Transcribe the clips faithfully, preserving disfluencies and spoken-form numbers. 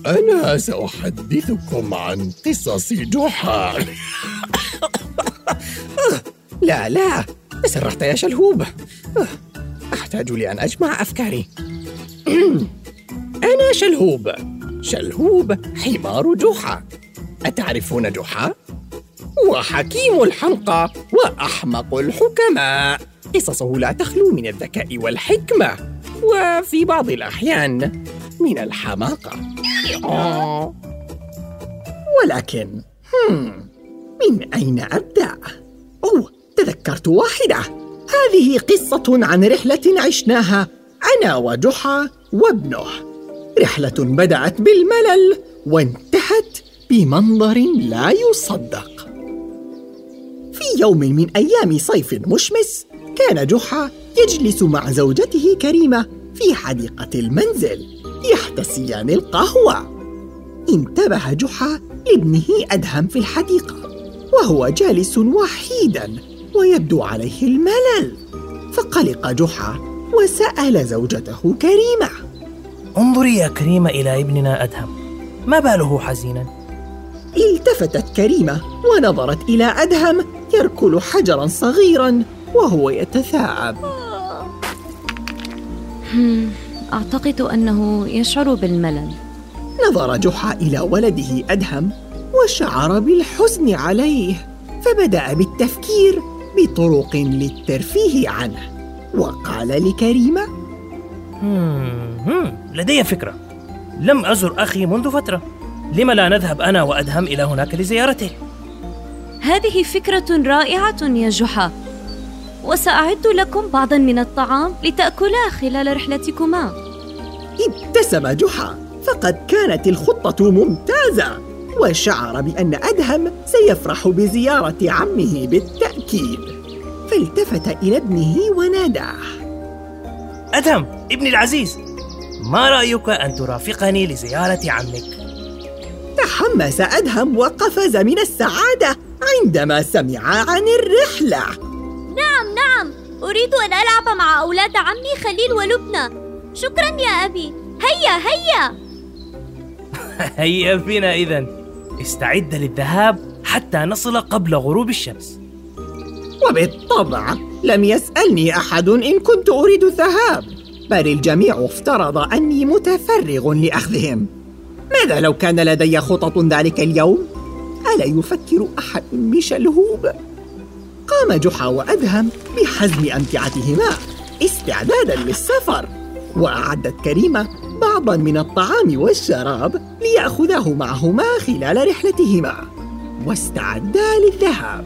أنا سأحدثكم عن قصص جحا. لا لا، تسرحت يا شلهوب. أحتاج لأن أجمع أفكاري. أنا شلهوب، شلهوب حمار جحا. أتعرفون جحا؟ هو حكيم الحمقى وأحمق الحكماء. قصصه لا تخلو من الذكاء والحكمة، وفي بعض الأحيان من الحماقة. ولكن من أين أبدأ؟ أوه، تذكرت واحدة. هذه قصة عن رحلة عشناها أنا وجحا وابنه. رحلة بدأت بالملل وانتهت بمنظر لا يصدق. في يوم من أيام صيف مشمس، كان جحا يجلس مع زوجته كريمة في حديقة المنزل يحتسيان القهوة. انتبه جحا لابنه أدهم في الحديقة وهو جالس وحيداً ويبدو عليه الملل، فقلق جحا وسأل زوجته كريمة: انظري يا كريمة إلى ابننا أدهم، ما باله حزيناً؟ التفتت كريمة ونظرت إلى أدهم يركل حجراً صغيراً وهو يتثاءب. أعتقد أنه يشعر بالملل. نظر جحا إلى ولده أدهم وشعر بالحزن عليه، فبدأ بالتفكير بطرق للترفيه عنه، وقال لكريمة: لدي فكرة. لم أزر أخي منذ فترة، لما لا نذهب أنا وأدهم إلى هناك لزيارته؟ هذه فكرة رائعة يا جحا، وسأعد لكم بعضاً من الطعام لتأكلا خلال رحلتكما. ابتسم جحا، فقد كانت الخطة ممتازة، وشعر بأن أدهم سيفرح بزيارة عمه بالتأكيد، فالتفت إلى ابنه وناداه: أدهم ابني العزيز، ما رأيك أن ترافقني لزيارة عمك؟ تحمس أدهم وقفز من السعادة عندما سمع عن الرحلة. نعم نعم، أريد أن ألعب مع أولاد عمي خليل ولبنى. شكرا يا أبي، هيا هيا. هيا بنا إذن، استعد للذهاب حتى نصل قبل غروب الشمس. وبالطبع لم يسألني أحد إن كنت أريد الذهاب، بل الجميع افترض أني متفرغ لأخذهم. ماذا لو كان لدي خطط ذلك اليوم؟ ألا يفكر أحد بشلهوب؟ قام جحا وأدهم بحزم أمتعتهما استعداداً للسفر، وأعدت كريمة بعضاً من الطعام والشراب ليأخذاه معهما خلال رحلتهما، واستعدا للذهاب.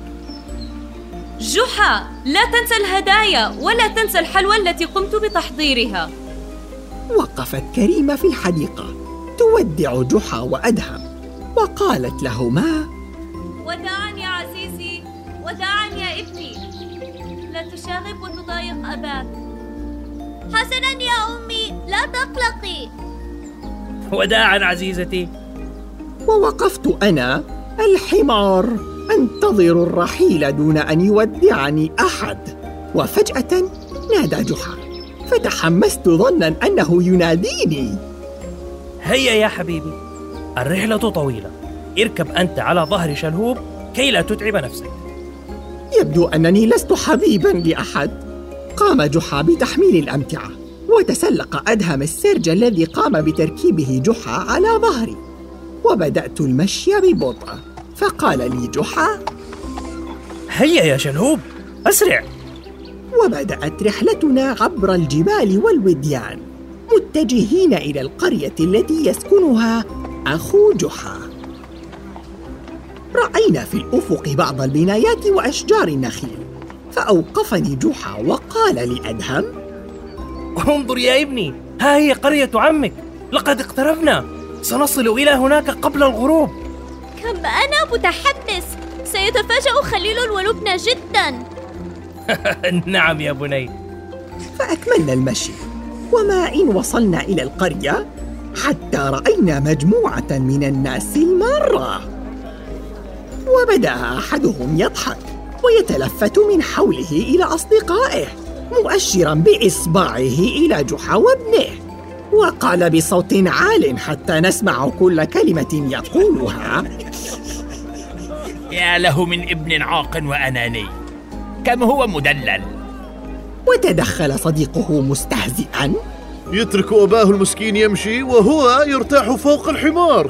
جحا، لا تنسى الهدايا ولا تنسى الحلوى التي قمت بتحضيرها. وقفت كريمة في الحديقة تودع جحا وأدهم، وقالت لهما: وداعاً يا عزيزي، وداعاً يا ابني، لا تشاغب وتضايق أباك. حسناً يا أمي، لا تقلقي. وداعاً عزيزتي. ووقفت أنا الحمار أنتظر الرحيل دون أن يودعني أحد، وفجأة نادى جحا، فتحمست ظناً أنه يناديني: هيا يا حبيبي، الرحلة طويلة، اركب أنت على ظهر شلهوب كي لا تتعب نفسك. يبدو أنني لست حبيباً لأحد. قام جحا بتحميل الأمتعة، وتسلق أدهم السرج الذي قام بتركيبه جحا على ظهري، وبدأت المشي ببطء. فقال لي جحا: هيا يا شلهوب، أسرع. وبدأت رحلتنا عبر الجبال والوديان، متجهين إلى القرية التي يسكنها أخو جحا. رأينا في الأفق بعض البنايات وأشجار النخيل، فأوقفني جحا وقال لأدهم: انظر يا ابني، ها هي قرية عمك، لقد اقتربنا، سنصل إلى هناك قبل الغروب. كم أنا متحمس، سيتفاجأ خليل ولبنى جداً. نعم يا بني. فأكملنا المشي، وما إن وصلنا إلى القرية حتى رأينا مجموعة من الناس المارة، وبدأ أحدهم يضحك ويتلفت من حوله إلى أصدقائه مؤشراً بإصبعه إلى جحا وابنه، وقال بصوت عال حتى نسمع كل كلمة يقولها: يا له من ابن عاق وأناني، كم هو مدلل. وتدخل صديقه مستهزئا: يترك أباه المسكين يمشي وهو يرتاح فوق الحمار.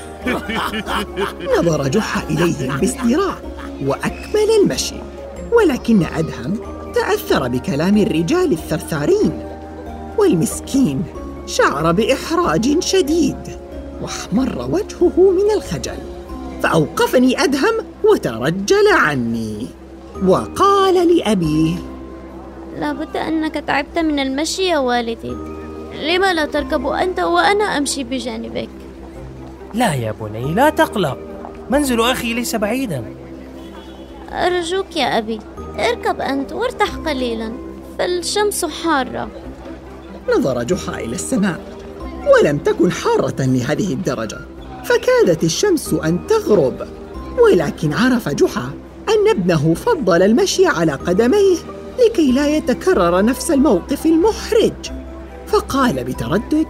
نظر جحا إليهم بازدراء وأكمل المشي، ولكن أدهم تأثر بكلام الرجال الثرثارين، والمسكين شعر بإحراج شديد وأحمر وجهه من الخجل، فأوقفني أدهم وترجل عني وقال لأبيه: لابد أنك تعبت من المشي يا والدي، لما لا تركب أنت وأنا أمشي بجانبك؟ لا يا بني، لا تقلق، منزل أخي ليس بعيدا. أرجوك يا أبي، اركب أنت وارتاح قليلا، فالشمس حارة. نظر جحا إلى السماء، ولم تكن حارة لهذه الدرجة، فكادت الشمس أن تغرب، ولكن عرف جحا أن ابنه فضل المشي على قدميه لكي لا يتكرر نفس الموقف المحرج، فقال بتردد: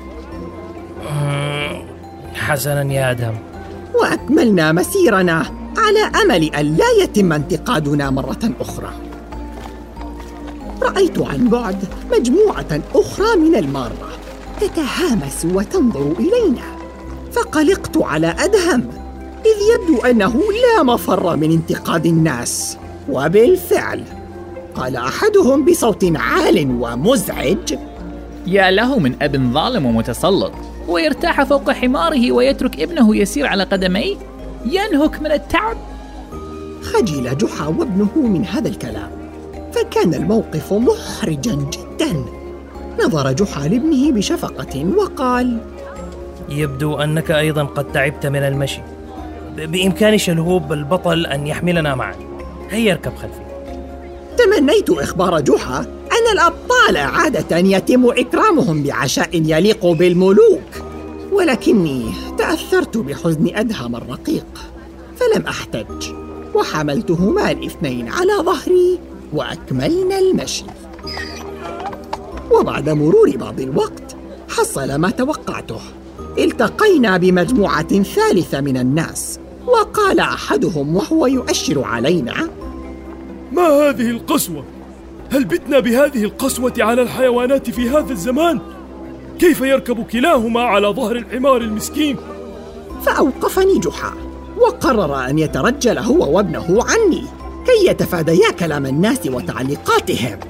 حسنا يا أدهم. وأكملنا مسيرنا على أمل أن لا يتم انتقادنا مرة أخرى. رأيت عن بعد مجموعة أخرى من المارة تتهامس وتنظر إلينا، فقلقت على أدهم، إذ يبدو أنه لا مفر من انتقاد الناس. وبالفعل قال أحدهم بصوت عال ومزعج: يا له من أب ظالم ومتسلط، ويرتاح فوق حماره ويترك ابنه يسير على قدميه، ينهك من التعب. خجل جحا وابنه من هذا الكلام، فكان الموقف محرجا جدا. نظر جحا لابنه بشفقة وقال: يبدو أنك أيضا قد تعبت من المشي، بإمكان شلهوب البطل أن يحملنا معا، هيا اركب خلفي. تمنيت إخبار جحا أن الأبطال عادة يتم إكرامهم بعشاء يليق بالملوك، ولكني تأثرت بحزن أدهم الرقيق فلم أحتج، وحملتهما الاثنين على ظهري وأكملنا المشي. وبعد مرور بعض الوقت حصل ما توقعته، التقينا بمجموعة ثالثة من الناس، وقال أحدهم وهو يؤشر علينا: ما هذه القسوة؟ هل بتنا بهذه القسوة على الحيوانات في هذا الزمان؟ كيف يركب كلاهما على ظهر الحمار المسكين؟ فأوقفني جحا وقرر أن يترجل هو وابنه عني كي يتفاديا كلام الناس وتعليقاتهم،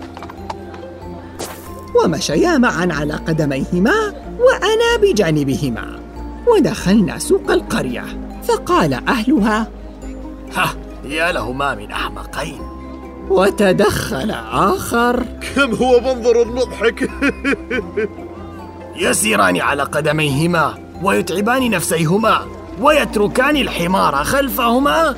ومشيا معا على قدميهما وأنا بجانبهما، ودخلنا سوق القرية، فقال أهلها: ها يا لهما من أحمقين. وتدخل آخر: كم هو منظر مضحك. يسيران على قدميهما ويتعبان نفسيهما ويتركان الحمار خلفهما.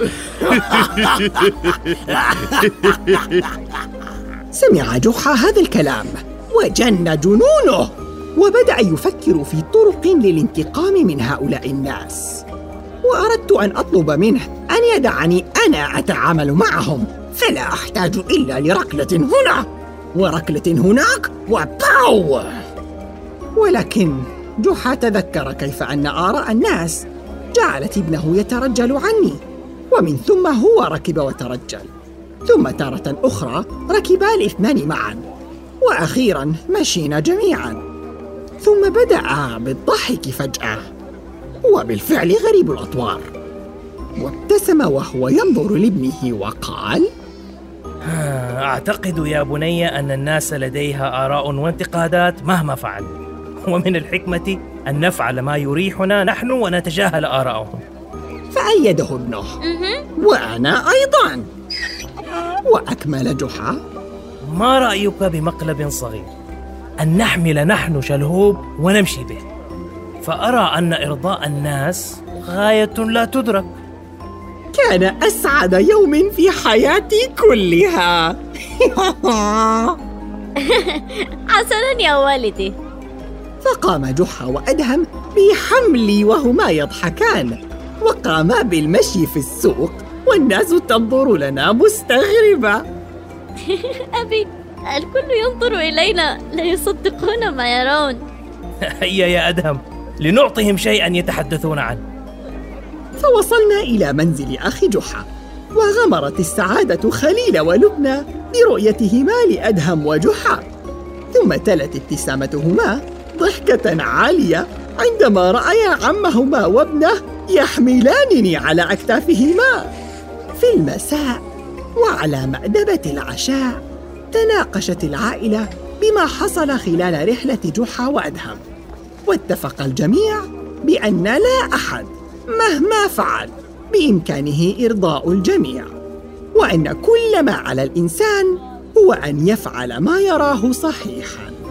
سمع جحا هذا الكلام وجن جنونه، وبدأ يفكر في طرق للانتقام من هؤلاء الناس، وأردت أن أطلب منه أن يدعني أنا أتعامل معهم، فلا أحتاج إلا لركلة هنا وركلة هناك وباو. ولكن جحا تذكر كيف أن آراء الناس جعلت ابنه يترجل عني، ومن ثم هو ركب وترجل، ثم تارة أخرى ركبا الاثنان معا، وأخيرا مشينا جميعا، ثم بدأ بالضحك فجأة، وبالفعل غريب الأطوار، وابتسم وهو ينظر لابنه وقال: أعتقد يا بني أن الناس لديها آراء وانتقادات مهما فعل، ومن الحكمة أن نفعل ما يريحنا نحن ونتجاهل آراءهم. فأيده ابنه وأنا أيضا. وأكمل جحا: ما رأيك بمقلب صغير أن نحمل نحن شلهوب ونمشي به؟ فأرى أن إرضاء الناس غاية لا تدرك. كان أسعد يوم في حياتي كلها. حسنا يا والدي. فقام جحا وأدهم بحملي وهما يضحكان، وقاما بالمشي في السوق والناس تنظر لنا مستغربة. أبي، الكل ينظر إلينا، لا يصدقون ما يرون. هيا يا أدهم لنعطهم شيئا يتحدثون عنه. فوصلنا إلى منزل أخي جحا، وغمرت السعادة خليل ولبنى برؤيتهما لأدهم وجحا، ثم تلت ابتسامتهما ضحكة عالية عندما رأيا عمهما وابنه يحملانني على أكتافهما. في المساء وعلى مأدبة العشاء تناقشت العائلة بما حصل خلال رحلة جحا وأدهم، واتفق الجميع بأن لا أحد مهما فعل بإمكانه إرضاء الجميع، وأن كل ما على الإنسان هو أن يفعل ما يراه صحيحاً.